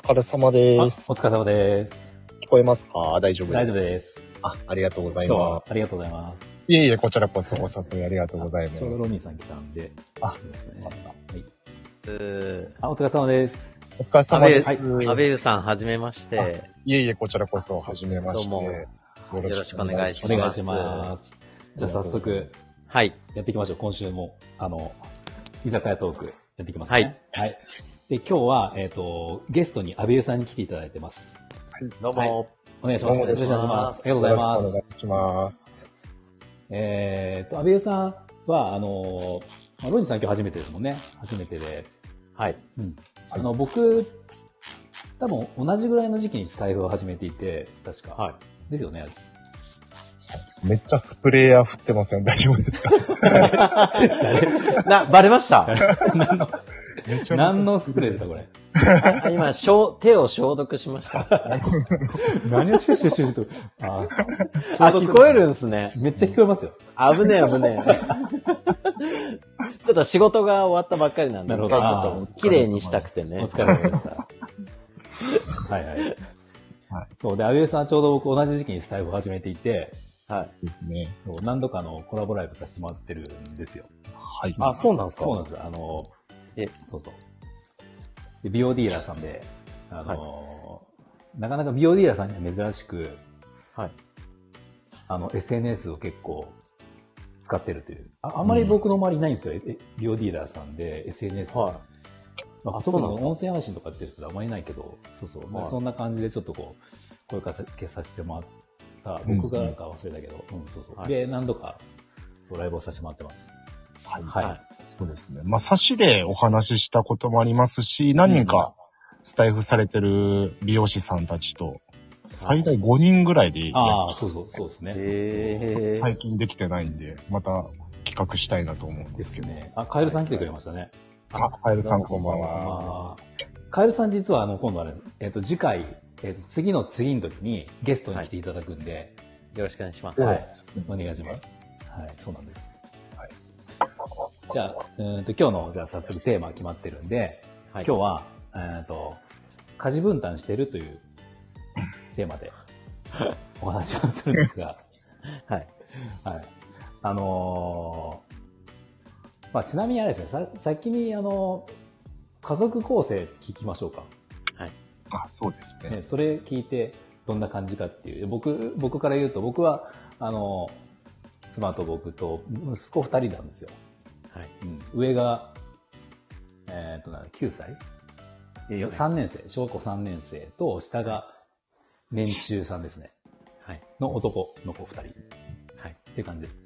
疲れ様です。 お疲れ様です。 聞こえますか？大丈夫です。 大丈夫です。 ありがとうございます。 ありがとうございます。 いえいえ、こちらこそお誘いありがとうございます。 ちょうどロニーさん来たんで。いいですね。はい。お疲れ様です。 お疲れ様です。 アベルさん、はじめまして。 いえいえ、こちらこそはじめまして。 どうも。よろしくお願いします。 お願いします。じゃあ早速、 はい。 やっていきましょう。今週も、居酒屋トークやっていきますね。はい。で、今日は、ゲストにアベユさんに来ていただいてます。 どうも。 お願いします。よろしくお願いします。ありがとうございます。 お願いします。 アベユさんは、ロニーさん今日初めてですもんね。初めてで。 はい。 うん。僕、多分同じぐらいの時期にスタイフを始めていて、確か。はい。ですよね。 めっちゃスプレーヤー振ってますよ。大丈夫ですか？ バレました何のスプレーですか、これ。 今、手を消毒しました。 何をシュシュシュと。 聞こえるんですね。 めっちゃ聞こえますよ。 危ねえ。ちょっと仕事が終わったばっかりなんで、ちょっと綺麗にしたくてね。 お疲れ様でした。はい。そうで、アベユさんはちょうど僕同じ時期にスタイフを始めていて、 はいですね。 何度かのコラボライブさせてもらってるんですよ。 はい。 そうなんですか？ そうなんですよ。そう。で、美容ディーラーさんで、なかなか美容ディーラーさんには珍しく、はい。SNS を結構使ってるという。あんまり僕の周りいないんですよ。美容ディーラーさんで SNS。はい。特に音声配信とかっていう人はあんまりいないけど、そう。そんな感じでちょっと声かけさせてもらった、僕がか忘れたけど、そう。で、何度か、ライブをさせてもらってます。はい。 そうですね。差しでお話ししたこともありますし、何人かスタイフされてる美容師さんたちと、最大5人ぐらいでそうですね。最近できてないんで、また企画したいなと思うんですけどね。 カエルさん来てくれましたね。 カエルさんこんばんは。 カエルさん実は今度はね、次回、次の時にゲストに来ていただくんで、 よろしくお願いします。 はい。お願いします。はい、そうなんです。じゃあ、今日の、早速テーマ決まってるんで、今日は、家事分担してるというテーマでお話をするんですが、はい。ちなみにあれですね、先に家族構成聞きましょうか。 はい。そうですね。 それ聞いてどんな感じかっていう。僕から言うと、僕は、妻と僕と息子2人なんですよ。はい。上が、9歳 ?3 年生、小学校3年生と、下が年中さんですね。はい。の男の子2人。はい。っていう感じです。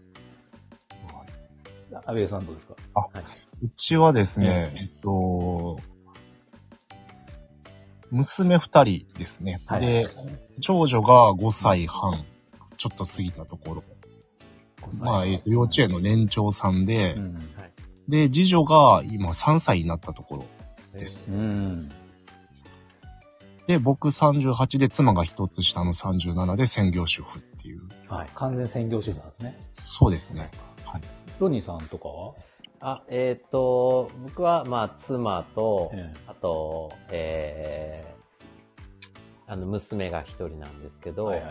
安倍さんどうですか？ うちはですね、娘2人ですね。で、長女が5歳半、ちょっと過ぎたところ。幼稚園の年長さんで、で、次女が今3歳になったところです。で、僕38で妻が一つ下の37で専業主婦っていう。 はい。完全専業主婦なんですね。 そうですね。はい。 ロニーさんとかは？ 僕は、妻と、あと、娘が一人なんですけど、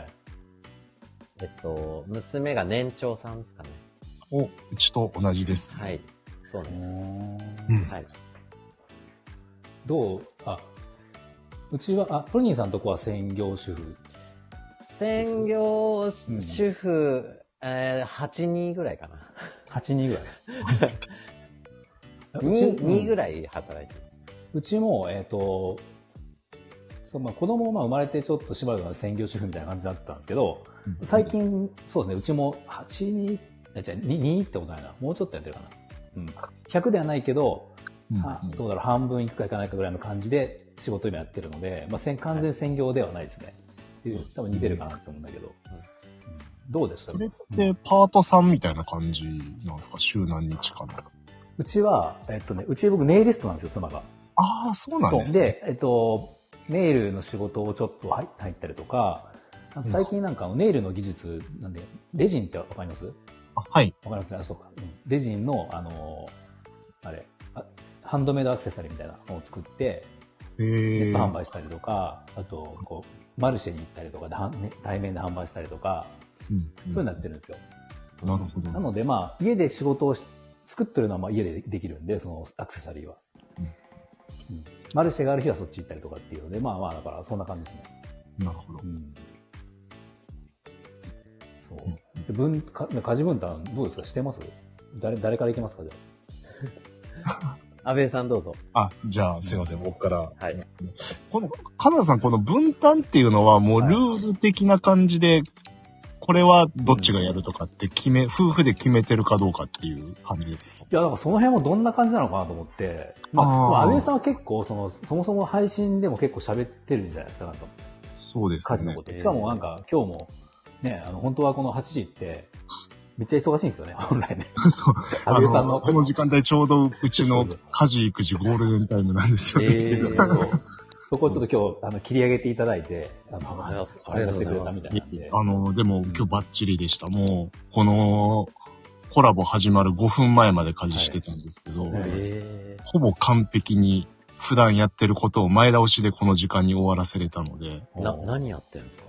娘が年長さんですかね。 うちと同じです、ね。 はい。そうです。はい。 うちは、ロニーさんのとこは専業主婦。 専業主婦、8人ぐらいかな。 8人ぐらい。 2ぐらい働いてます。 うちも、子供生まれてちょっとしばらく専業主婦みたいな感じだったんですけど、最近、そうですね、うちも2ってことないな。もうちょっとやってるかな。100ではないけど、どうだろう、半分いくかいかないかぐらいの感じで仕事今やってるので、完全専業ではないですね。多分似てるかなと思うんだけど。どうですか？ それってパートさんみたいな感じなんですか？週何日かな。 うちは、うち僕ネイリストなんですよ、妻が。 そうなんですね。 で、ネイルの仕事をちょっと入ったりとか、最近なんかネイルの技術なんで、レジンってわかります？ はい。 わかりますね。そうか。レジンの、ハンドメイドアクセサリーみたいなのを作って、 ネット販売したりとか、あと、こう、マルシェに行ったりとか、対面で販売したりとか、そういうのやってるんですよ。 なるほど。 なので、まあ、家で仕事を作ってるのはまあ家でできるんで、そのアクセサリーは。マルシェがある日はそっち行ったりとかっていうので、まあまあ、だからそんな感じですね。 なるほど。 そう。家事分担どうですか？してます？誰からいきますか？じゃあ。安倍さんどうぞ。 じゃあ、すいません、僕から。 はい。 カナダさん、この分担っていうのはもうルール的な感じで、これはどっちがやるとかって夫婦で決めてるかどうかっていう感じですか？ いや、なんかその辺もどんな感じなのかなと思って、まあ、安倍さんは結構、そもそも配信でも結構喋ってるんじゃないですか、なんか。 そうですね。 家事のこと。しかもなんか、今日も、ね、本当はこの8時って、めっちゃ忙しいんですよね、本来ね。 そう。安倍さんの。この時間帯ちょうどうちの家事育児ゴールデンタイムなんですよね。 そこをちょっと今日、切り上げていただいて、あれさせてくれたみたいなんで。 でも今日バッチリでした。もう、このコラボ始まる5分前まで家事してたんですけど、ほぼ完璧に普段やってることを前倒しでこの時間に終わらせれたので。 何やってるんですか？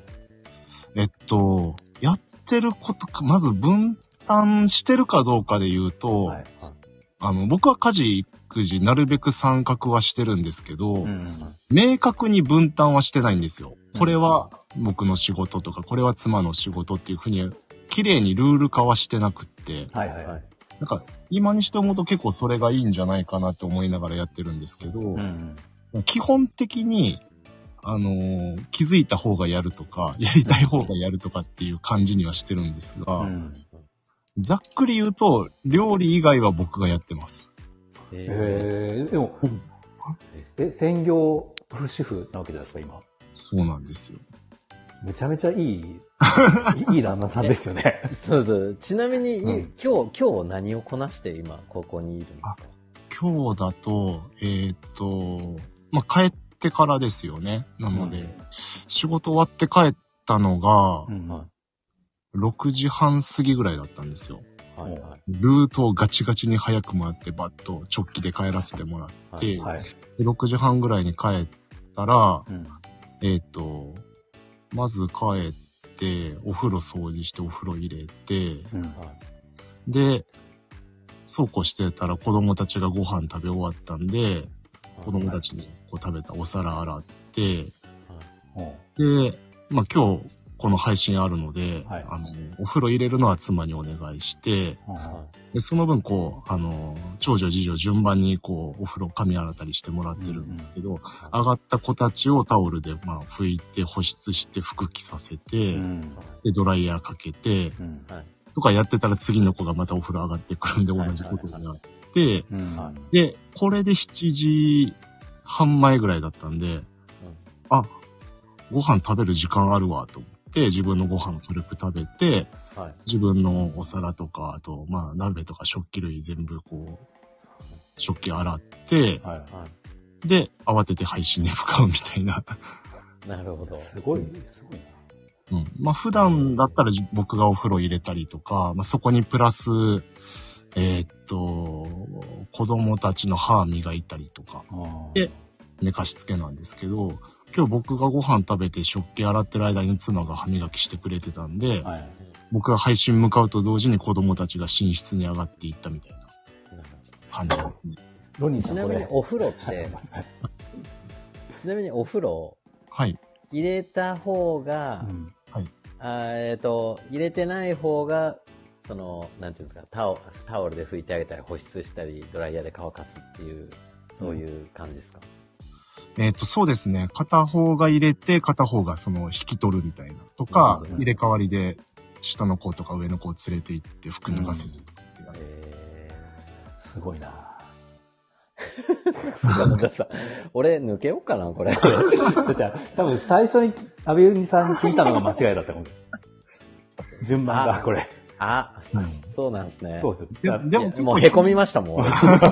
やってることか、まず分担してるかどうかで言うと、僕は家事育児なるべく参画はしてるんですけど、明確に分担はしてないんですよ。これは僕の仕事とか、これは妻の仕事っていうふうに、綺麗にルール化はしてなくって、なんか今にして思うと結構それがいいんじゃないかなって思いながらやってるんですけど、基本的に気づいた方がやるとか、やりたい方がやるとかっていう感じにはしてるんですが、ざっくり言うと、料理以外は僕がやってます。 でも、専業主婦なわけじゃないですか、今。 そうなんですよ。 めちゃめちゃいい旦那さんですよね。 そうそう。ちなみに、今日何をこなして今、ここにいるんですか？ 今日だと、帰ってからですよね。なので、仕事終わって帰ったのが、6時半過ぎぐらいだったんですよ。ルートをガチガチに早く回ってバッと直帰で帰らせてもらって、で6時半ぐらいに帰ったら、まず帰って、お風呂掃除してお風呂入れて、で、そうこうしてたら子供たちがご飯食べ終わったんで、子供たちにこう食べたお皿洗って、で、今日この配信あるので、お風呂入れるのは妻にお願いして、でその分長女次女順番にお風呂髪洗ったりしてもらってるんですけど、上がった子たちをタオルで拭いて保湿して服着させて、でドライヤーかけて、とかやってたら次の子がまたお風呂上がってくるんで同じことをやって、で、これで7時半前ぐらいだったんで、ご飯食べる時間あるわと思って、自分のご飯軽く食べて、自分のお皿とか、あと、鍋とか食器類全部食器洗って、で、慌てて配信に向かうみたいな。 なるほど。 すごいな。普段だったら僕がお風呂入れたりとか、そこにプラス、子供たちの歯磨いたりとか、で、寝かしつけなんですけど、今日僕がご飯食べて食器洗ってる間に妻が歯磨きしてくれてたんで、僕が配信向かうと同時に子供たちが寝室に上がっていったみたいな感じですね。 ちなみにお風呂って、入れた方が、入れてない方が、なんていうんですか、タオルで拭いてあげたり、保湿したり、ドライヤーで乾かすっていう、そういう感じですか？ そうですね。片方が入れて、片方が引き取るみたいな。とか、入れ替わりで、下の子とか上の子を連れて行って服脱がせてってすごいな俺抜けようかな、これ。 多分最初に安倍さんに聞いたのが間違いだったかも。順番が、これ。 そうなんですね。 そうですよ。でももう凹みましたもん。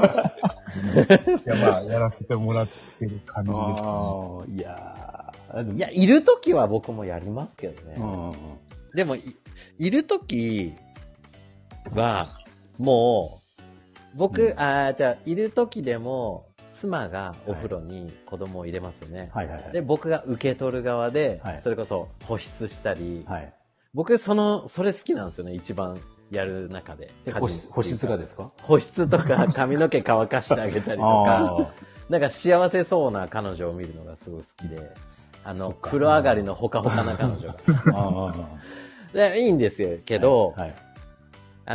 やらせてもらってる感じですね。 いや、いるときは僕もやりますけどね。でも、いるときは、もう、僕、いるときでも、 妻がお風呂に子供を入れますよね。 はいはいはい、 で、僕が受け取る側で、はい、それこそ保湿したり、はい、僕それ好きなんですよね、一番やる中で。 保湿がですか？ 保湿とか髪の毛乾かしてあげたりとか、なんか幸せそうな彼女を見るのがすごい好きで、風呂上がりのほかほかな彼女が。でいいんですよけど、はいはい、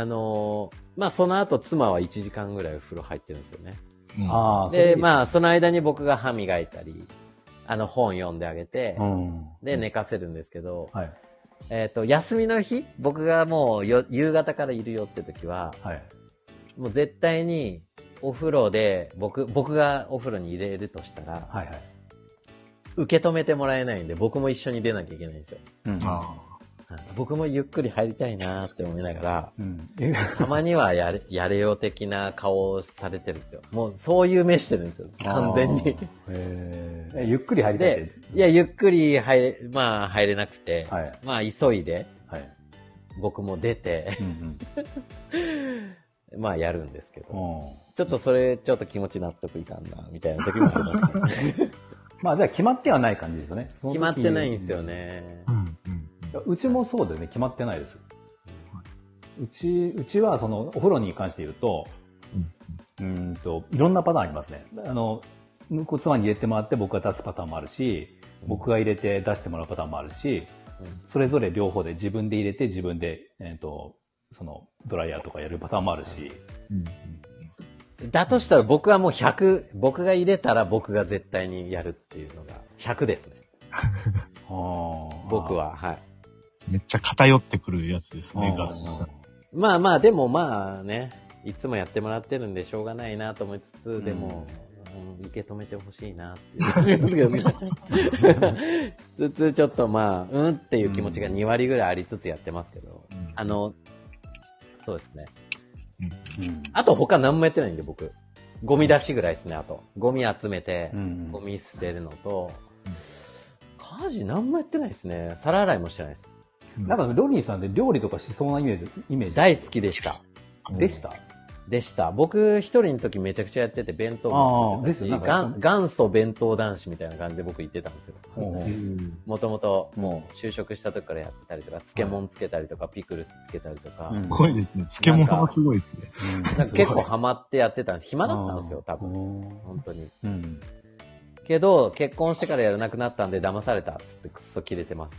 まあその後妻は1時間ぐらい風呂入ってるんですよね。で、まあその間に僕が歯磨いたり、本読んであげて、で寝かせるんですけど、はい、休みの日、僕がもう夕方からいるよって時は、はい、もう絶対にお風呂で、僕がお風呂に入れるとしたら、はいはい、受け止めてもらえないんで、僕も一緒に出なきゃいけないんですよ。僕もゆっくり入りたいなって思いながら、たまにはやれよ的な顔をされてるんですよ。もうそういう目してるんですよ。完全に。 ゆっくり入りたいで、 いや、ゆっくり入れなくて、はい、まあ急いで、はい、僕も出て、まあやるんですけど、ちょっとちょっと気持ち納得いかんな、みたいな時もありますね。 まあじゃあ決まってはない感じですよね。 決まってないんですよね。 うちもそうでね、決まってないです。うちはお風呂に関して言うと、いろんなパターンありますね。妻に入れてもらって僕が出すパターンもあるし、僕が入れて出してもらうパターンもあるし、それぞれ両方で自分で入れて自分で、ドライヤーとかやるパターンもあるし。 だとしたら僕はもう100、僕が入れたら僕が絶対にやるっていうのが100ですね。僕は、はい。 めっちゃ偏ってくるやつですね、ガラスしたら。 まあまあ、でもまあね、いつもやってもらってるんでしょうがないなと思いつつ、でも、受け止めてほしいなっていう。つつちょっとまあ、っていう気持ちが2割ぐらいありつつやってますけど、そうですね。あと他何もやってないんで僕。ゴミ出しぐらいですね、あと。ゴミ集めて、ゴミ捨てるのと、家事何もやってないですね。皿洗いもしてないです。 なんかロニーさんって料理とかしそうなイメージ。 大好きでした。でした。僕一人の時めちゃくちゃやってて弁当も作ってたし、元祖弁当男子みたいな感じで僕言ってたんですよ。もともともう就職した時からやってたりとか、漬物つけたりとか、ピクルスつけたりとか。 すごいですね。漬物もすごいですね。 なんか結構ハマってやってたんです。暇だったんですよ、多分。本当に。けど、結婚してからやらなくなったんで騙されたっつってくっそキレてます。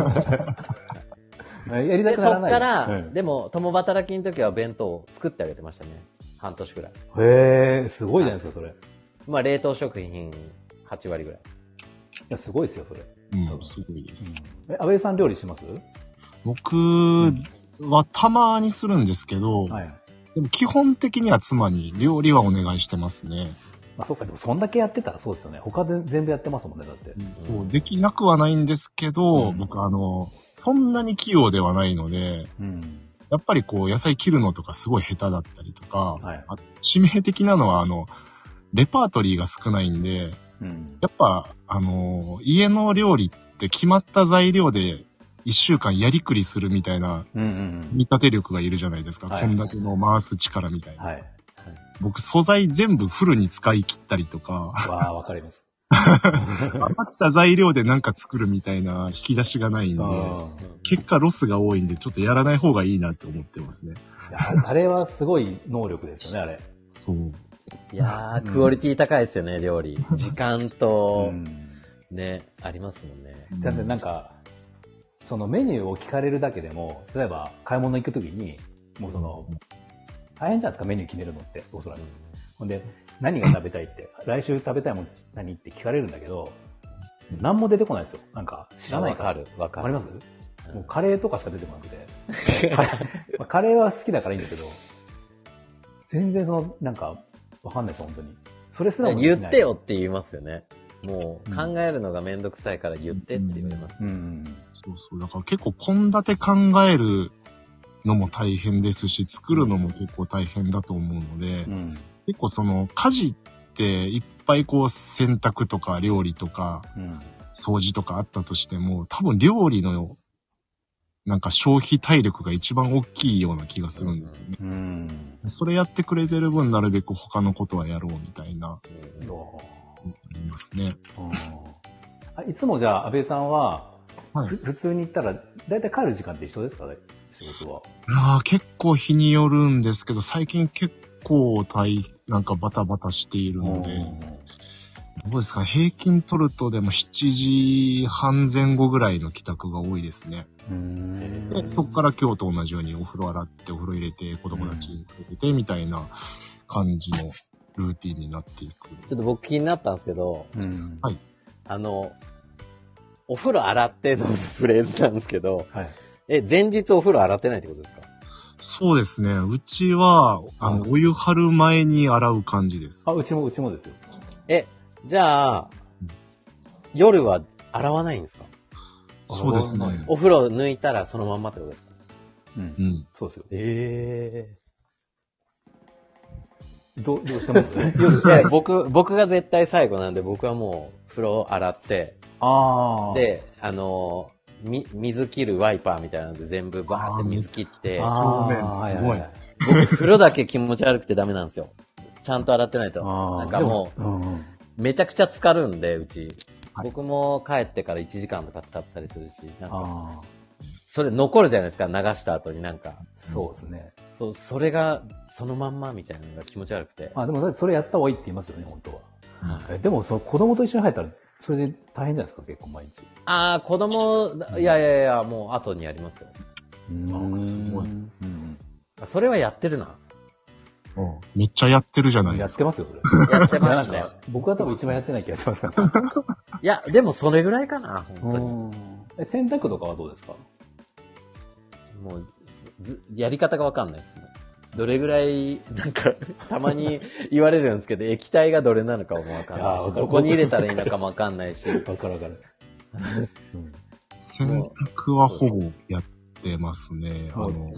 やりたくならない。 そっから、でも、共働きの時は弁当を作ってあげてましたね。半年くらい。 へー、すごいじゃないですか、それ。 まあ、冷凍食品8割ぐらい。いや、すごいですよ、それ。 すごいです。 安倍さん料理します？ 僕はたまにするんですけど、でも基本的には妻に料理はお願いしてますね。 まあそっか、でもそんだけやってたらそうですよね。他で全部やってますもんね、だって。 そう、できなくはないんですけど、僕そんなに器用ではないので、やっぱりこう野菜切るのとかすごい下手だったりとか、致命的なのはレパートリーが少ないんで、やっぱ家の料理って決まった材料で1週間やりくりするみたいな見立て力がいるじゃないですか。献立の回す力みたいな。僕素材全部フルに使い切ったりとか。 わかります。 余った材料でなんか作るみたいな引き出しがないんで、結果ロスが多いんでちょっとやらない方がいいなって思ってますね。 あれはすごい能力ですよね、あれ。 そう。 いやー、クオリティ高いですよね、料理。時間と、ね、ありますもんね。 だってなんか、そのメニューを聞かれるだけでも、例えば買い物行くときに、もう大変じゃないですか、メニュー決めるのって、おそらく。ほんで、何が食べたいって、来週食べたいもん何って聞かれるんだけど、何も出てこないですよ。なんか、知らないから。 わかります？もうカレーとかしか出てこなくて。カレーは好きだからいいんだけど、全然なんか、わかんないです、本当に。それすらも言ってよって言いますよね。もう、考えるのがめんどくさいから言ってって言われます。 そうそう。だから結構、献立考えるのも大変ですし、作るのも結構大変だと思うので、結構家事っていっぱいこう洗濯とか料理とか、掃除とかあったとしても、多分料理のなんか消費体力が一番大きいような気がするんですよね。それやってくれてる分なるべく他のことはやろうみたいな、ありますね。 いつもじゃあ安倍さんは、普通に行ったらだいたい帰る時間って一緒ですかね、仕事は。 結構日によるんですけど、最近結構なんかバタバタしているので、どうですか、平均取るとでも7時半前後ぐらいの帰宅が多いですね。でそこから今日と同じようにお風呂洗ってお風呂入れて子供たち入れてみたいな感じのルーティンになっていく。 ちょっと僕気になったんですけど、 はい。 お風呂洗ってのフレーズなんですけど、前日お風呂洗ってないってことですか？ そうですね。うちは、お湯張る前に洗う感じです。 うちもですよ。 じゃあ、夜は洗わないんですか？ そうですね。 お風呂抜いたらそのまんまってことですか？ そうですよ。 どうしてます僕が絶対最後なんで、僕はもう風呂洗って、で、水切るワイパーみたいなので全部バーって水切って、 すごい。 僕風呂だけ気持ち悪くてダメなんですよ。ちゃんと洗ってないと。なんかもう、めちゃくちゃ浸かるんで、うち。僕も帰ってから1時間とか経ったりするし、なんか、それ残るじゃないですか、流した後になんか。 そうですね。 それがそのまんまみたいなのが気持ち悪くて。 でもそれやった方がいいって言いますよね、本当は。でも子供と一緒に入ったら、それで大変じゃないですか、結構毎日。 子供、いや、もう後にやりますよ。 すごい。 それはやってるな。 めっちゃやってるじゃないですか。やってますよ、それ。 やってますね。 僕は多分一番やってない気がします。 いや、でもそれぐらいかな、本当に。洗濯とかはどうですか？ もう、やり方がわかんないですね。どれぐらい、なんか、たまに言われるんですけど、液体がどれなのかもわかんないし、どこに入れたらいいのかもわかんないし。 わかる。 洗濯はほぼやってますね。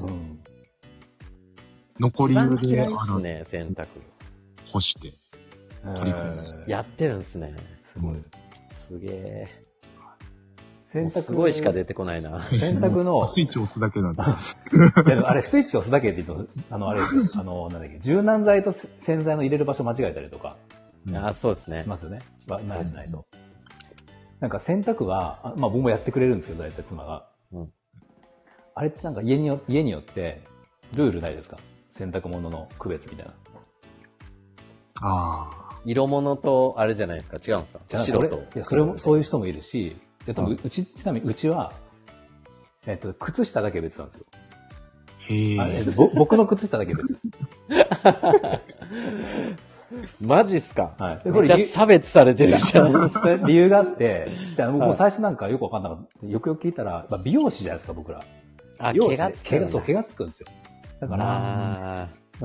残り湯で、 洗濯。 干して、取り込む。 やってるんですね。 すごい。 すげえ。 洗濯すごいしか出てこないな。 洗濯の。 スイッチ押すだけなんだ。 あれ、スイッチ押すだけって言うと、あれですよ。なんだっけ、柔軟剤と洗剤の入れる場所間違えたりとか。 そうですね。 しますよね。慣れてないと。なんか洗濯は、僕もやってくれるんですけど、大体妻が。あれってなんか家によってルールないですか？洗濯物の区別みたいな。 色物とあれじゃないですか？違うんですか？白と。 それも、そういう人もいるし、ちなみにうちは、靴下だけ別なんですよ。僕の靴下だけ別。 マジっすか？ これじゃ差別されてるじゃん。 理由があって、僕も最初なんかよくわかんなかった。よくよく聞いたら、美容師じゃないですか、僕ら。 毛がつく。 毛がつくんですよ。だから、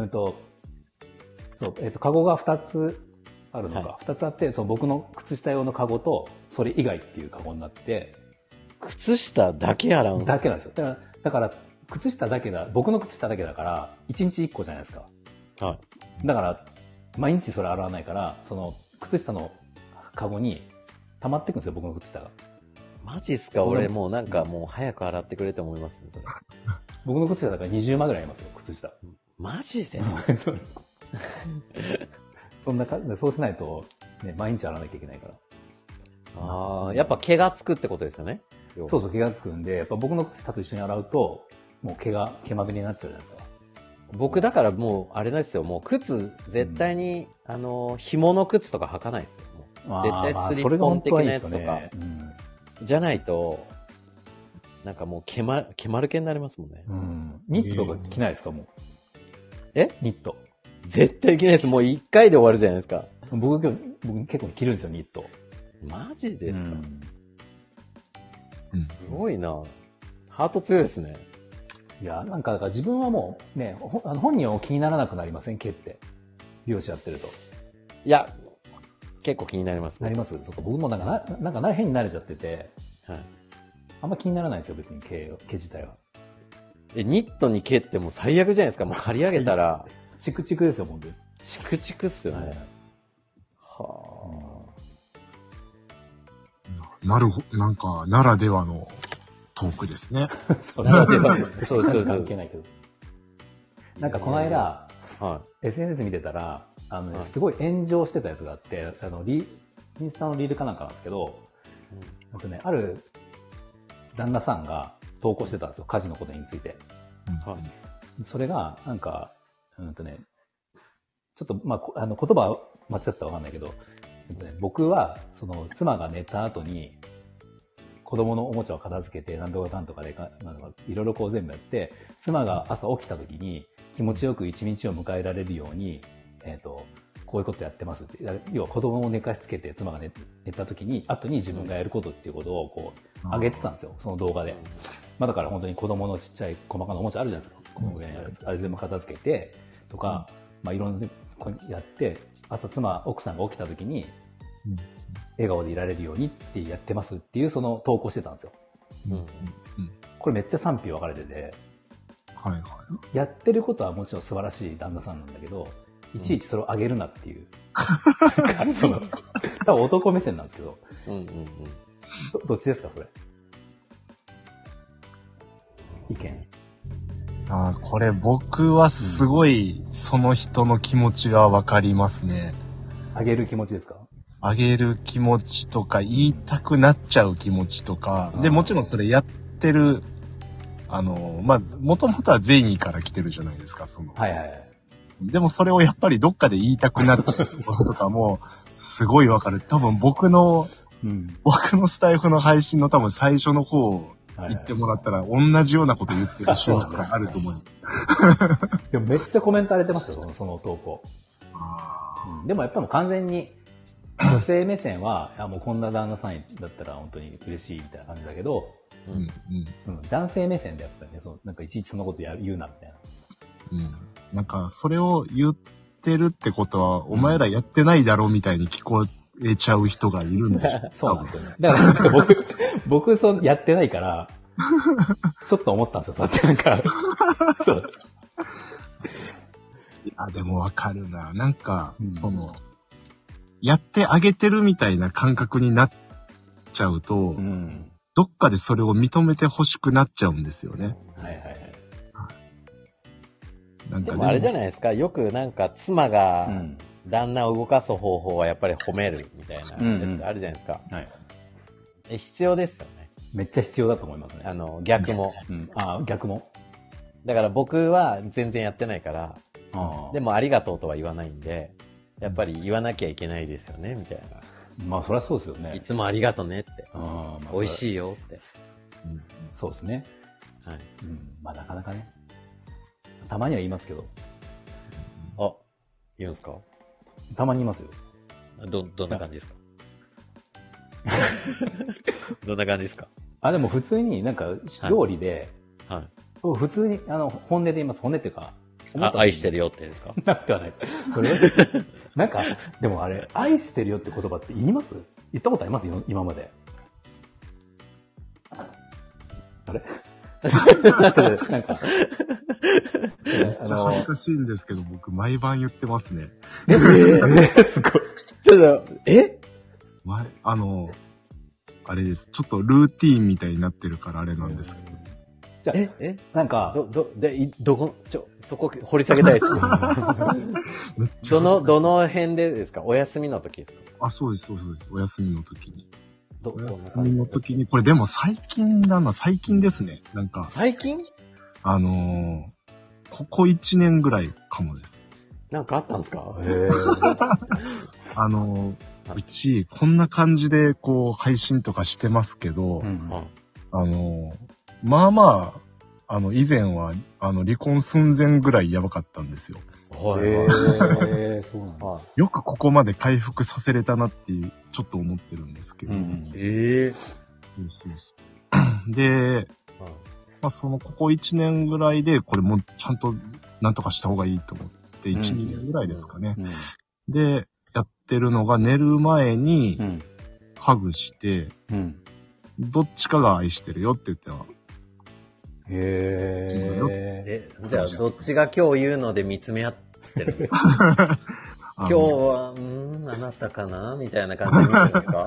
カゴが2つあるのか、2つあって、僕の靴下用のカゴと、それ以外っていうカゴになって、 靴下だけ洗うんですか？ だけなんですよ。だから、僕の靴下だけだから、1日1個じゃないですか。だから、毎日それ洗わないから、その、靴下のカゴに溜まってくんですよ、僕の靴下が。 マジっすか？俺もうなんかもう早く洗ってくれと思いますね、それ。 僕の靴下だから20万ぐらいありますよ、靴下。 マジで？ そんなそうしないと、ね、毎日洗わなきゃいけないから。 やっぱ毛がつくってことですよね。 そう、毛がつくんで、やっぱ僕の靴下と一緒に洗うと、もう毛まみれになっちゃうじゃないですか。 僕だからもう、あれなんですよ、もう靴、絶対に、紐の靴とか履かないですよ。もう絶対スリッポン的なやつとか。じゃないと、なんかもう毛丸毛になりますもんね。 ニットとか着ないですか、もう。ニット。 絶対着ないです。もう1回で終わるじゃないですか。 僕結構着るんですよ、ニット。 マジですか？すごいな。ハート強いですね。 いや、なんか自分はもうね、本人は気にならなくなりません？毛って。美容師やってると。 いや、結構気になりますね。 なります？僕もなんか変に慣れちゃってて、あんま気にならないんですよ、別に毛自体は。 ニットに毛ってもう最悪じゃないですか。もう刈り上げたら。 チクチクですよ、本当に。 チクチクっすよね。 なんか、ならではのトークですね。 そうそう関係ないけど。なんかこの間、SNS 見てたら、すごい炎上してたやつがあって、インスタのリールかなんかなんですけど、ある旦那さんが投稿してたんですよ、家事のことについて。それが、なんか、ちょっと、まあ、言葉間違ったらわかんないけど、僕は、妻が寝た後に、子供のおもちゃを片付けて、なんとかなんとかでいろいろこう全部やって、妻が朝起きた時に、気持ちよく一日を迎えられるように、こういうことやってますって。要は子供を寝かしつけて、妻が寝た時に、後に自分がやることっていうことを、こう、上げてたんですよ、その動画で。まあだから本当に子供のちっちゃい細かなおもちゃあるじゃないですか。この上にあるやつ。あれ全部片付けて、とか、まあいろんなやって、朝奥さんが起きた時に、笑顔でいられるようにってやってますっていうその投稿してたんですよ。これめっちゃ賛否分かれてて、やってることはもちろん素晴らしい旦那さんなんだけど、いちいちそれを上げるなっていう。多分男目線なんですけど。どっちですか、それ。意見。 これ僕はすごいその人の気持ちがわかりますね。 上げる気持ちですか？ 上げる気持ちとか、言いたくなっちゃう気持ちとか、で、もちろんそれやってる、まあ、もともとは善意から来てるじゃないですか、でもそれをやっぱりどっかで言いたくなっちゃうこととかも、すごいわかる。多分僕のスタイフの配信の多分最初の方を言ってもらったら、同じようなこと言ってる瞬間があると思う。 でもめっちゃコメント荒れてますよ、その投稿。でもやっぱり完全に、女性目線は、もうこんな旦那さんだったら本当に嬉しいみたいな感じだけど、男性目線でやっぱりね、なんかいちいちそんなこと言うなみたいな。 なんかそれを言ってるってことは、お前らやってないだろうみたいに聞こえちゃう人がいるんで。 そうなんですよね。だから僕やってないから、ちょっと思ったんですよ、そうやってなんか。そう。 でもわかるな。なんか、やってあげてるみたいな感覚になっちゃうと、どっかでそれを認めて欲しくなっちゃうんですよね。 でもあれじゃないですか、よくなんか妻が旦那を動かす方法はやっぱり褒めるみたいなやつあるじゃないですか。必要ですよね。 めっちゃ必要だと思いますね。 逆も。 逆も。 だから僕は全然やってないから、でもありがとうとは言わないんで、やっぱり言わなきゃいけないですよね、みたいな。 まあそりゃそうですよね。 いつもありがとねって。美味しいよって。 そうですね。まあなかなかね。たまには言いますけど。 言うんすか？ たまに言いますよ。 どんな感じですか？どんな感じですか？ でも普通になんか料理で、普通に本音で言います。本音っていうか、 愛してるよってですか？ なんではない。それなんか、でもあれ、愛してるよって言葉って言います？言ったことあります今まで。あれなんか、 めっちゃ恥ずかしいんですけど、僕、毎晩言ってますね。 すごい。 ちょっと、 あれです。ちょっとルーティーンみたいになってるからあれなんですけど。 じゃなんか、 そこ掘り下げたいです。どの辺でですか？お休みの時ですか？ そうです。お休みの時に。お休みの時に、これでも最近ですね。なんか。 最近？ ここ1年ぐらいかもです。 なんかあったんですか？ うち、こんな感じで、こう、配信とかしてますけど、まあまあ、以前は、離婚寸前ぐらいやばかったんですよ。 そうなんだ。 よくここまで回復させれたなっていう、ちょっと思ってるんですけど。で、ここ1年ぐらいで、これもちゃんとなんとかした方がいいと思って、1、2年ぐらいですかね。で、やってるのが寝る前に、ハグして、どっちかが愛してるよって言っては。 じゃあ、どっちが今日言うので見つめ合ってる今日は、あなたかなみたいな感じで見てるんですか？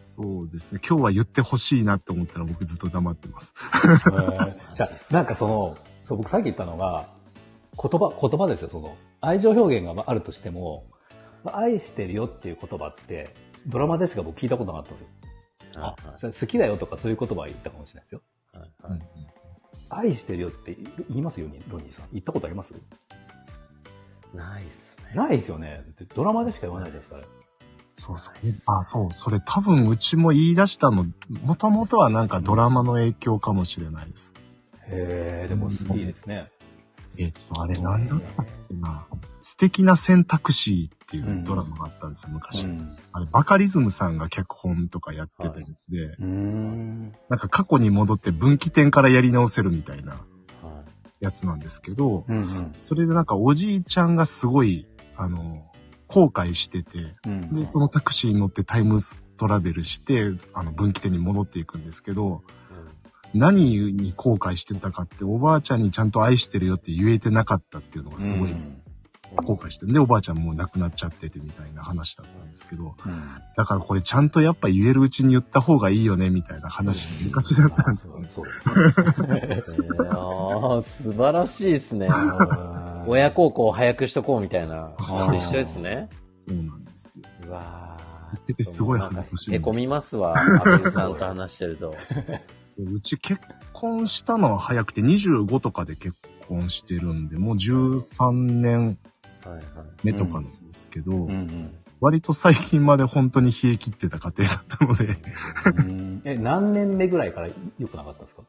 そうですね。今日は言ってほしいなって思ったら僕ずっと黙ってます。 じゃあ、なんか僕さっき言ったのが、言葉ですよ、愛情表現があるとしても、愛してるよっていう言葉って、ドラマでしか僕聞いたことなかったんですよ。好きだよとかそういう言葉は言ったかもしれないですよ。愛してるよって言いますよ、ロニーさん。言ったことあります？ ないっすね。 ないですよね。ドラマでしか言わないですから。 そう。それ多分うちも言い出したの、もともとはなんかドラマの影響かもしれないです。 へー、でもいいですね。 あれ何だったっけな。素敵な選択肢っていうドラマがあったんですよ、昔。あれ、バカリズムさんが脚本とかやってたやつで、なんか過去に戻って分岐点からやり直せるみたいなやつなんですけど、それでなんかおじいちゃんがすごい、後悔してて、で、そのタクシーに乗ってタイムトラベルして、分岐点に戻っていくんですけど、何に後悔してたかって、おばあちゃんにちゃんと愛してるよって言えてなかったっていうのがすごい後悔してる。で、おばあちゃんもう亡くなっちゃっててみたいな話だったんですけど、だからこれちゃんとやっぱ言えるうちに言った方がいいよねみたいな話昔だったんですよね。 そうですね。 素晴らしいですね。親孝行を早くしとこうみたいな。一緒ですね。 そうなんですよ。 うわ言っててすごい恥ずかしい。 へこみますわ、阿部さんと話してると。 うち結婚したのは早くて25とかで結婚してるんで、もう13年目とかなんですけど、割と最近まで本当に冷え切ってた家庭だったので。 何年目ぐらいから良くなかったですか？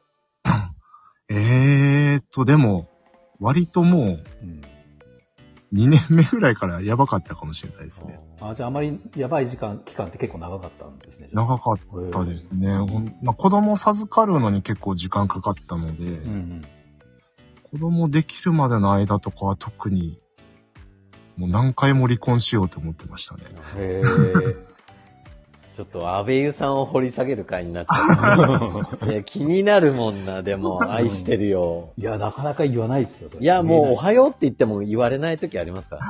でも、割ともう、2年目ぐらいからやばかったかもしれないですね。 じゃああまりやばい期間って結構長かったんですね。 長かったですね。子供を授かるのに結構時間かかったので、子供できるまでの間とかは特に、もう何回も離婚しようと思ってましたね。 ちょっと安倍優さんを掘り下げる回になっちゃう。気になるもんな、でも、愛してるよ。 いや、なかなか言わないですよ。 いや、もう、おはようって言っても言われない時ありますから。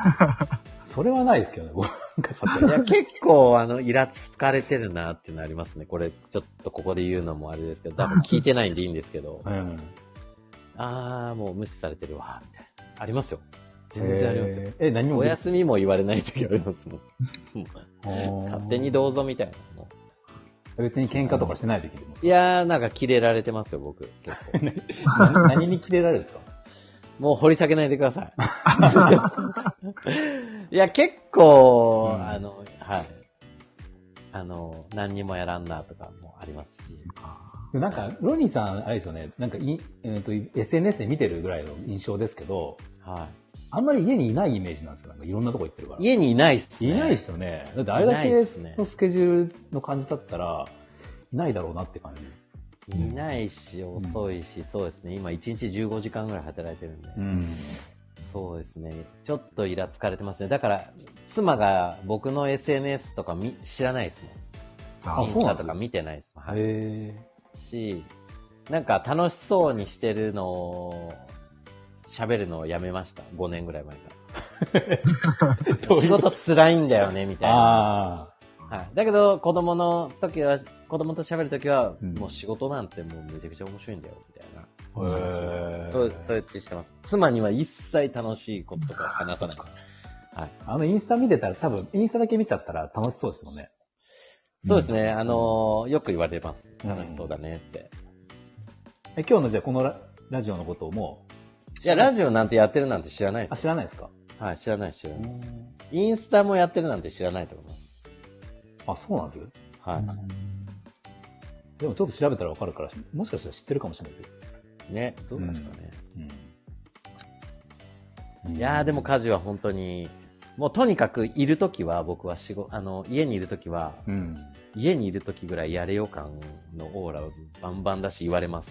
それはないですけどね、 いや、結構、イラつかれてるなっていうのありますね。これ、ちょっとここで言うのもあれですけど、多分聞いてないんでいいんですけど。もう無視されてるわ、みたいな。ありますよ。全然ありますよ。 何もお休みも言われない時ありますもん。勝手にどうぞみたいな。 別に喧嘩とかしてない時でも。 いやー、なんかキレられてますよ、僕。結構何にキレられるんですか？ もう掘り下げないでください。いや、結構、はい。何にもやらんなとかもありますし。 なんか、ロニーさん、あれですよね、なんかSNS で見てるぐらいの印象ですけど、あんまり家にいないイメージなんですよ。なんかいろんなとこ行ってるから。 家にいないっすね。 いないですよね。だってあれだけのスケジュールの感じだったら、いないだろうなって感じ。いないし、遅いし、そうですね。今1日15時間ぐらい働いてるんで。そうですね。ちょっとイラつかれてますね。だから、妻が僕の SNS とか知らないですもん。インスタとか見てないですもん。なんか楽しそうにしてるのを、喋るのをやめました。5年ぐらい前から。仕事辛いんだよね、みたいな。だけど、子供と喋るときは、もう仕事なんてもうめちゃくちゃ面白いんだよ、みたいな。そうやってしてます。妻には一切楽しいこととか話さないです。 インスタ見てたら多分、インスタだけ見ちゃったら楽しそうですもんね。 そうですね。よく言われます。楽しそうだねって。 今日のじゃあこのラジオのことも、 いや、ラジオなんてやってるなんて知らないです。 知らないですか？ はい、知らないです。インスタもやってるなんて知らないと思います。 そうなんですよ。 はい。 でもちょっと調べたらわかるから、もしかしたら知ってるかもしれないですよ。 ね、どうですかね。いやー、でも家事は本当に、もうとにかくいるときは、僕は家にいるときは、家にいるときぐらいやれよ感のオーラバンバンだし言われます。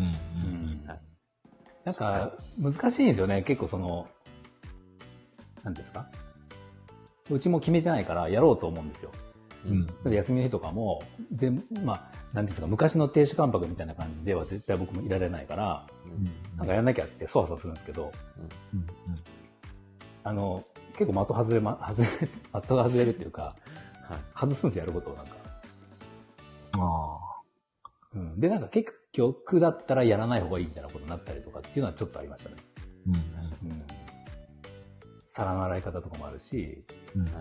なんか、難しいんですよね。結構何ですか？うちも決めてないからやろうと思うんですよ。休みの日とかも、何ですか、昔の亭主関白みたいな感じでは絶対僕もいられないから、なんかやんなきゃってそわそわするんですけど、結構的外れるっていうか、外すんですよ、やることをなんか。 うん。で、なんか結局だったらやらない方がいいみたいなことになったりとかっていうのはちょっとありましたね。うん。うん。皿の洗い方とかもあるし、うん。うん。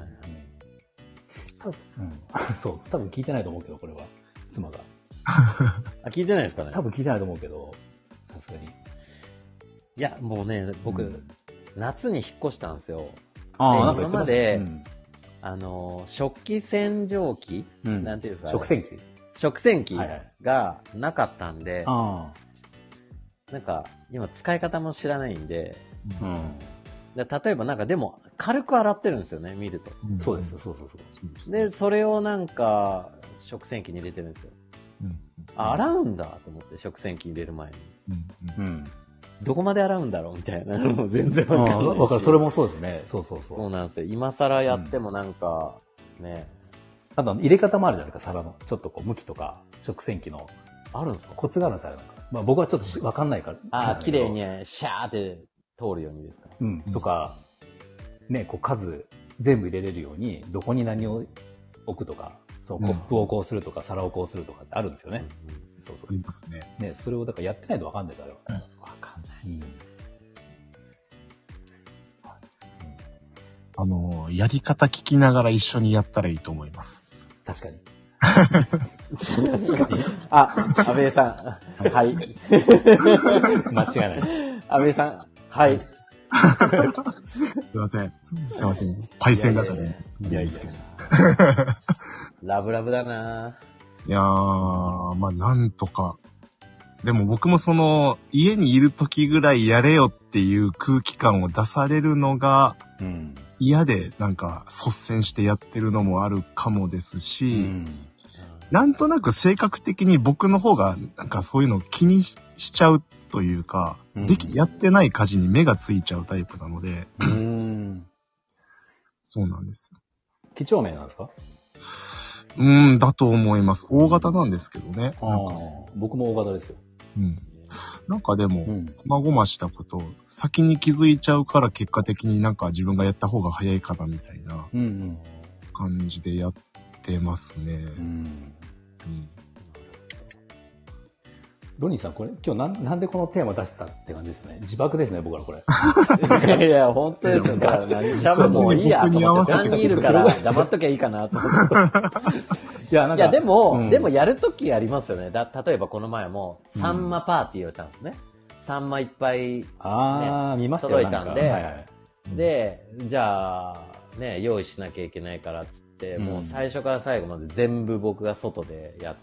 そう、多分聞いてないと思うけど、これは。妻が。 聞いてないですかね？ 多分聞いてないと思うけど、さすがに。 いや、もうね、僕、夏に引っ越したんですよ。 今まで、食器洗浄機、なんていうんですか、食洗機がなかったんで、なんか、今使い方も知らないんで、例えばなんかでも、軽く洗ってるんですよね、見ると。 そうですよ、そう。 で、それをなんか、食洗機に入れてるんですよ。洗うんだと思って、食洗機入れる前に。どこまで洗うんだろうみたいなのも全然わかんないし。 それもそうですね。そう。 そうなんですよ。今更やってもなんか、ね。 あと入れ方もあるじゃないですか、皿の。ちょっとこう、向きとか、食洗機の。 あるんですか？ コツがあるんですよ、なんか。まあ僕はちょっとわかんないから。 綺麗にシャーって通るようにですか？ とか、ね、こう数全部入れれるように、どこに何を置くとか、そう、コップをこうするとか、皿をこうするとかってあるんですよね。そう。 ありますね。 ね、それをだからやってないとわかんないから。 わかんない。 やり方聞きながら一緒にやったらいいと思います。 確かに。 確かに。安倍さん。はい。 間違いない。 安倍さん。はい。 すいません。パイセン型で。 いや。 ラブラブだな。 いやー、まあなんとか。でも僕も家にいる時ぐらいやれよっていう空気感を出されるのが、嫌でなんか率先してやってるのもあるかもですし、なんとなく性格的に僕の方がなんかそういうのを気にしちゃうというか、やってない家事に目がついちゃうタイプなので、そうなんですよ。 几帳面なんですか？ だと思います。大型なんですけどね。 僕も大型ですよ。 なんかでも、細々したことを先に気づいちゃうから結果的になんか自分がやった方が早いかなみたいな感じでやってますね。 ロニーさん、これ今日なんでこのテーマ出したって感じですね。自爆ですね、僕らこれ。 いや、本当ですよ。だから何しゃべもういいやと思って、3人いるから黙っときゃいいかなと思って。いや、でもやるときありますよね。例えばこの前も、サンマパーティーをやったんですね。サンマいっぱい、 見ました届いたんで、で、じゃあ、ね、用意しなきゃいけないからっつって、もう最初から最後まで全部僕が外でやって、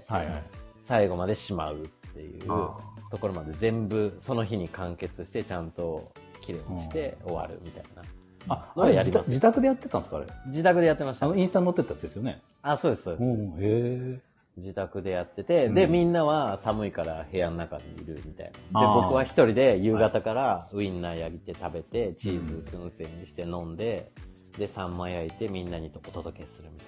最後までしまうっていうところまで全部その日に完結してちゃんときれいにして終わるみたいな。 あれ自宅でやってたんですか？あれ自宅でやってました。 インスタに載ってたやつですよね。 そうです。自宅でやってて、でみんなは寒いから部屋の中にいるみたいな。で僕は一人で夕方からウインナー焼いて食べてチーズ燻製にして飲んで、でサンマ焼いてみんなにお届けするみ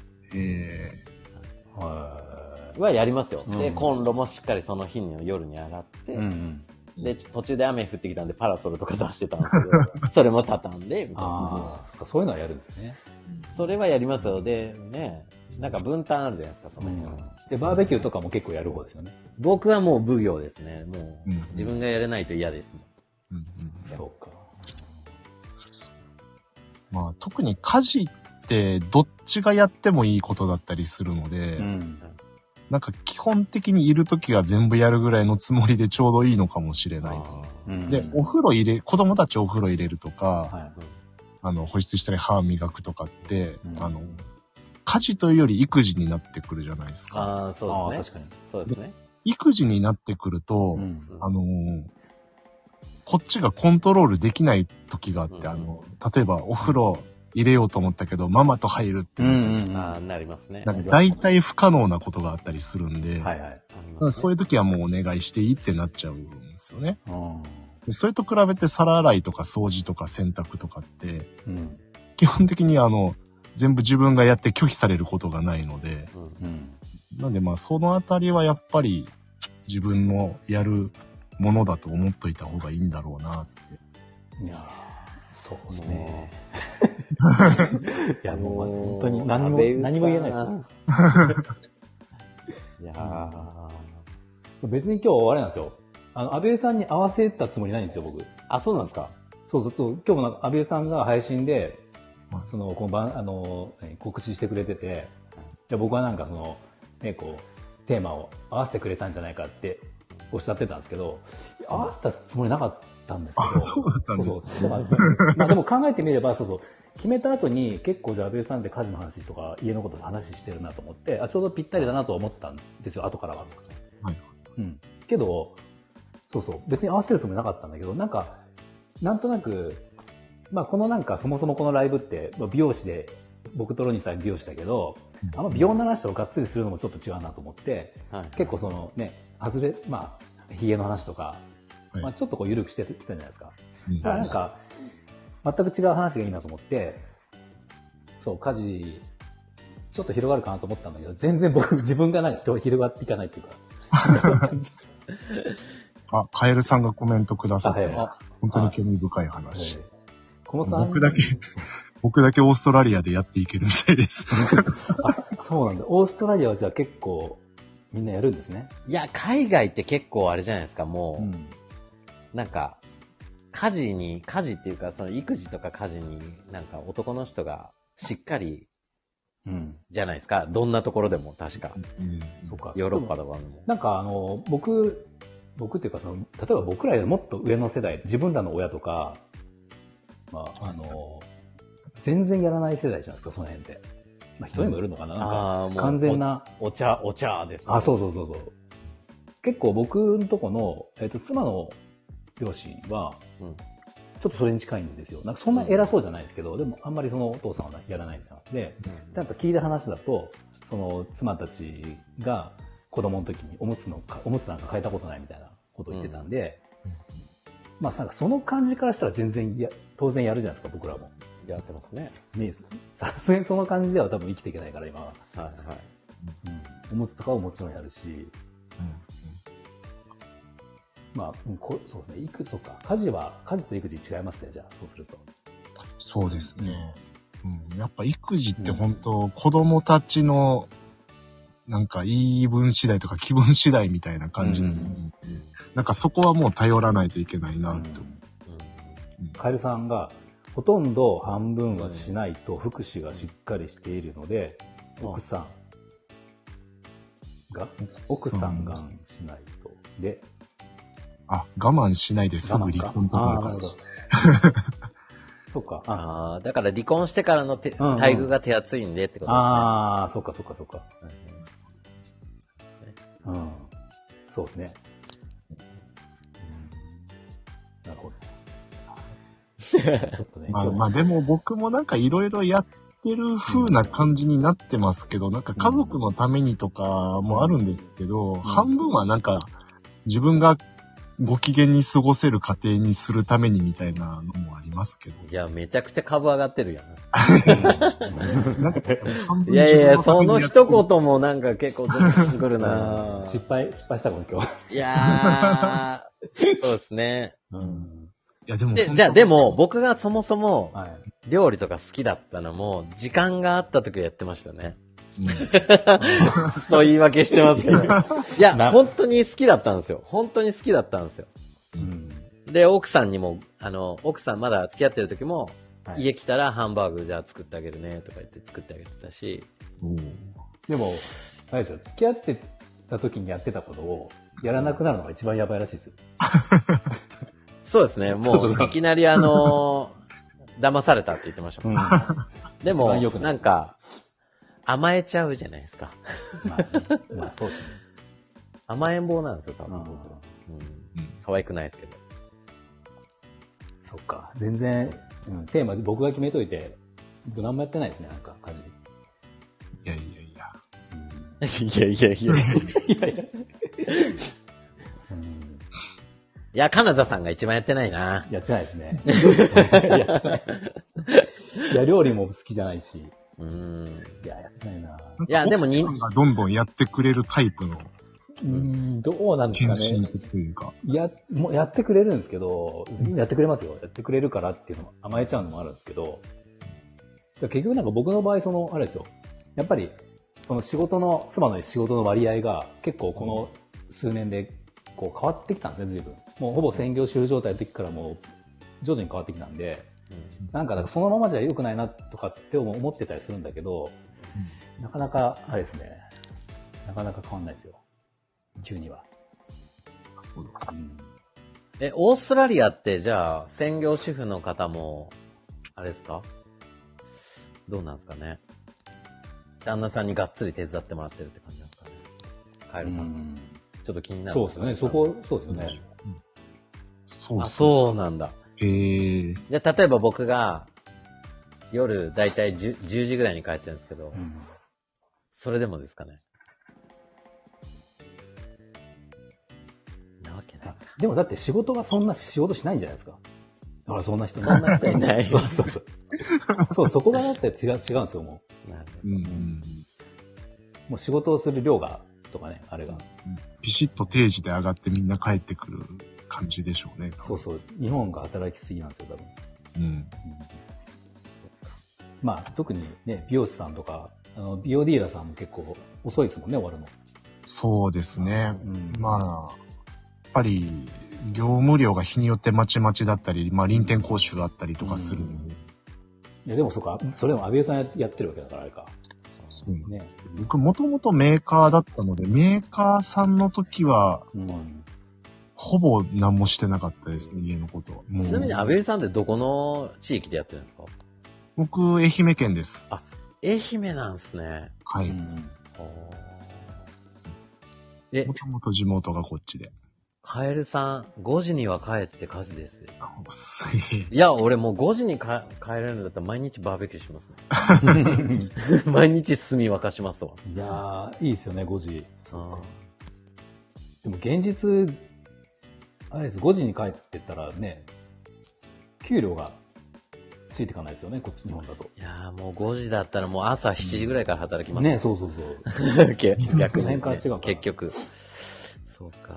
たいな。はやりますよ。で、コンロもしっかりその日の夜に洗って、で、途中で雨降ってきたんでパラソルとか出してたんですけど、それも畳んで、みたいな。 そういうのはやるんですね。 それはやりますよ。で、ね、なんか分担あるじゃないですか、その辺は。 で、バーベキューとかも結構やる方ですよね。 僕はもう奉行ですね。もう、自分がやれないと嫌ですもん。 そうか。 まあ、特に家事ってどっちがやってもいいことだったりするので、なんか基本的にいるときは全部やるぐらいのつもりでちょうどいいのかもしれない。で、子供たちお風呂入れるとか、保湿したり歯磨くとかって、家事というより育児になってくるじゃないですか。 そうですね。確かに。そうですね。 育児になってくると、こっちがコントロールできない時があって、例えばお風呂入れようと思ったけど、ママと入るってなりますね。 なんか大体不可能なことがあったりするんで、そういう時はもうお願いしていいってなっちゃうんですよね。それと比べて皿洗いとか掃除とか洗濯とかって、基本的に全部自分がやって拒否されることがないので、なんでまあそのあたりはやっぱり自分のやるものだと思っといた方がいいんだろうなって。 いやそうですね。いやもう本当に何も言えないです。 いやー、 別に今日あれなんですよ。安倍さんに合わせたつもりないんですよ、僕。 あ、そうなんですか？ そうそう、今日も安倍さんが配信で、この告知してくれてて、僕はなんかね、テーマを合わせてくれたんじゃないかっておっしゃってたんですけど、合わせたつもりなかったんですけど。 そうだったんですね。 まあでも考えてみれば、決めた後に結構じゃあ安倍さんで家事の話とか家のことで話してるなと思って、ちょうどぴったりだなと思ったんですよ、後からは。はい。うん。けど、別に合わせるつもりなかったんだけど、なんとなく、このそもそもこのライブって、美容師で、僕とロニーさん美容師だけど、あんま美容の話をがっつりするのもちょっと違うなと思って、結構髭の話とか、ちょっと緩くしてきたじゃないですか。だから全く違う話がいいなと思って、家事、ちょっと広がるかなと思ったんだけど、全然自分が広がっていかないっていうか。カエルさんがコメントくださってます。本当に興味深い話。僕だけオーストラリアでやっていけるみたいです。 そうなんだ。オーストラリアはじゃあ結構みんなやるんですね。 いや、海外って結構あれじゃないですか、もう。家事っていうか、育児とか家事に男の人がしっかり、じゃないですか。どんなところでも確か。そうか。ヨーロッパとかでも。 僕っていうか例えば僕らよりもっと上の世代、自分らの親とか、全然やらない世代じゃないですか、その辺って。人にもよるのかな、完全な。 お茶ですね。 そう。結構僕のとこの、妻の両親は、ちょっとそれに近いんですよ。そんな偉そうじゃないですけど、でもあんまりお父さんはやらないんですよ。で、聞いた話だと、妻たちが子供の時におむつなんか変えたことないみたいなことを言ってたんで、その感じからしたら全然当然やるじゃないですか、僕らも。 やってますね。 さすがにその感じでは多分生きていけないから、今は。はいはい。おむつとかをもちろんやるし、そうですね、家事と育児違いますね、じゃあ、そうすると。 そうですね。やっぱ育児って本当、子供たちの、言い分次第とか気分次第みたいな感じそこはもう頼らないといけないなと。 カエルさんが、ほとんど半分はしないと福祉がしっかりしているので、奥さんがしないと。で、 我慢しないですぐ離婚とかあるから。 そうか。 だから離婚してからの待遇が手厚いんでってことですね。 そうか。そうですね。なるほど。ちょっとね。 でも僕もいろいろやってる風な感じになってますけど、家族のためにとかもあるんですけど、半分は自分がご機嫌に過ごせる家庭にするためにみたいなのもありますけど。 いや、めちゃくちゃ株上がってるやん。いや、その一言も結構出てくるな失敗したもん、今日。 いやー、そうですね。 いやでもでも、僕がそもそも、料理とか好きだったのも、時間があった時はやってましたね。そう言い訳してますけど。いや、本当に好きだったんですよ。で、奥さんにも、奥さんまだ付き合ってる時も、家来たらハンバーグじゃあ作ってあげるね、とか言って作ってあげてたし。 でも、あれですよ、付き合ってた時にやってたことを、やらなくなるのが一番やばいらしいですよ。 そうですね、もう、いきなり騙されたって言ってましたもん。でも、甘えちゃうじゃないですか。 そうですね。 甘えん坊なんですよ、多分僕。可愛くないですけど。 そっか。全然、テーマ僕が決めといて、僕何もやってないですね、家事。いや。 いや、金田さんが一番やってないな。 やってないですね。いや、料理も好きじゃないし。いや、やってないな。いや、でも奥さんがどんどんやってくれるタイプの。 どうなんですかね。もうやってくれるんですけど、やってくれますよ。やってくれるからっていうのも甘えちゃうのもあるんですけど、結局僕の場合あれですよ。やっぱり、 その妻の仕事の割合が結構この数年でこう変わってきたんですね、随分。もうほぼ専業主婦状態の時からもう徐々に変わってきたんで、なんかそのままじゃ良くないなとかって思ってたりするんだけど、なかなか、あれですね、なかなか変わんないですよ。急には。 オーストラリアってじゃあ、専業主婦の方も、あれですか？どうなんですかね。旦那さんにがっつり手伝ってもらってるって感じなんですかね。カエルさん。ちょっと気になる。 そうですよね。そうですよね。 そうなんだ。 じゃあ、例えば僕が、夜だいたい 10時ぐらいに帰ってるんですけど、それでもですかね。なわけない。 でもだって仕事がそんな仕事しないんじゃないですか。だからそんな人いない。 そう、そこがだって違うんですよ、もう。 なるほど。もう仕事をする量が、とかね、あれが。 ピシッと定時で上がってみんな帰ってくる感じでしょうね。 そう。日本が働きすぎなんですよ、多分。まあ、特にね、美容師さんとか、美容ディーラーさんも結構遅いですもんね、終わるの。 そうですね。まあ、やっぱり、業務量が日によってまちまちだったり、まあ、臨転講習があったりとかするので。 いや、でもそれも安倍さんやってるわけだから、あれか。 そうなんです。僕、もともとメーカーだったので、メーカーさんの時は、ほぼ何もしてなかったですね、家のことは。 ちなみに安倍さんってどこの地域でやってるんですか？ 僕、愛媛県です。 あ、愛媛なんですね。 はい。もともと地元がこっちで。 カエルさん、5時には帰って家事です。 すげえ。 いや、俺もう5時に帰れるんだったら毎日バーベキューしますね。毎日炭沸かしますわ。 いやー、いいですよね、5時。でも現実、あれです、5時に帰ってったらね、給料がついていかないですよね、こっち日本だと。 いやーもう5時だったらもう朝7時ぐらいから働きますね。そう。 逆に、ね。 年間違うから。 結局。そうか。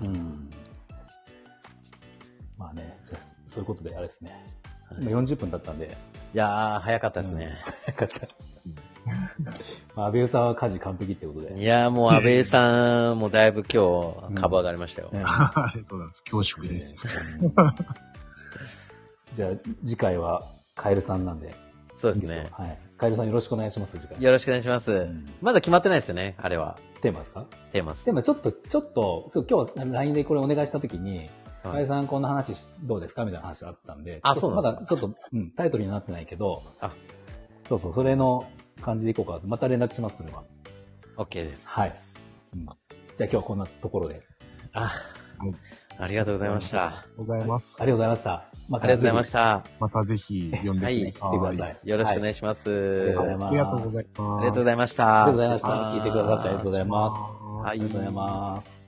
まあね、そういうことであれですね。今40分だったんで。 いやー、早かったですね。 早かった。まあ、安倍さんは家事完璧ってことで。 いやーもう安倍さんもだいぶ今日株上がりましたよ。 ありがとうございます。恐縮です。 じゃあ次回はカエルさんなんで。 そうですね。 はい。カエルさんよろしくお願いします、次回。 よろしくお願いします。まだ決まってないですよね、あれは。 テーマですか？ テーマです。 テーマちょっと、今日 LINE でこれお願いしたときに、カエルさんこんな話どうですかみたいな話があったんで。 そうなんですか。 まだちょっと、タイトルになってないけど、そう、それの感じでいこうか。また連絡します、それは。 OK です。 はい。じゃあ今日はこんなところで。 ありがとうございました。 ありがとうございます。 ありがとうございました。 ありがとうございました。 またぜひ読んでください。 来てください。 よろしくお願いします。 ありがとうございます。 ありがとうございました。 ありがとうございました。聞いてくださってありがとうございます。 はい。 ありがとうございます。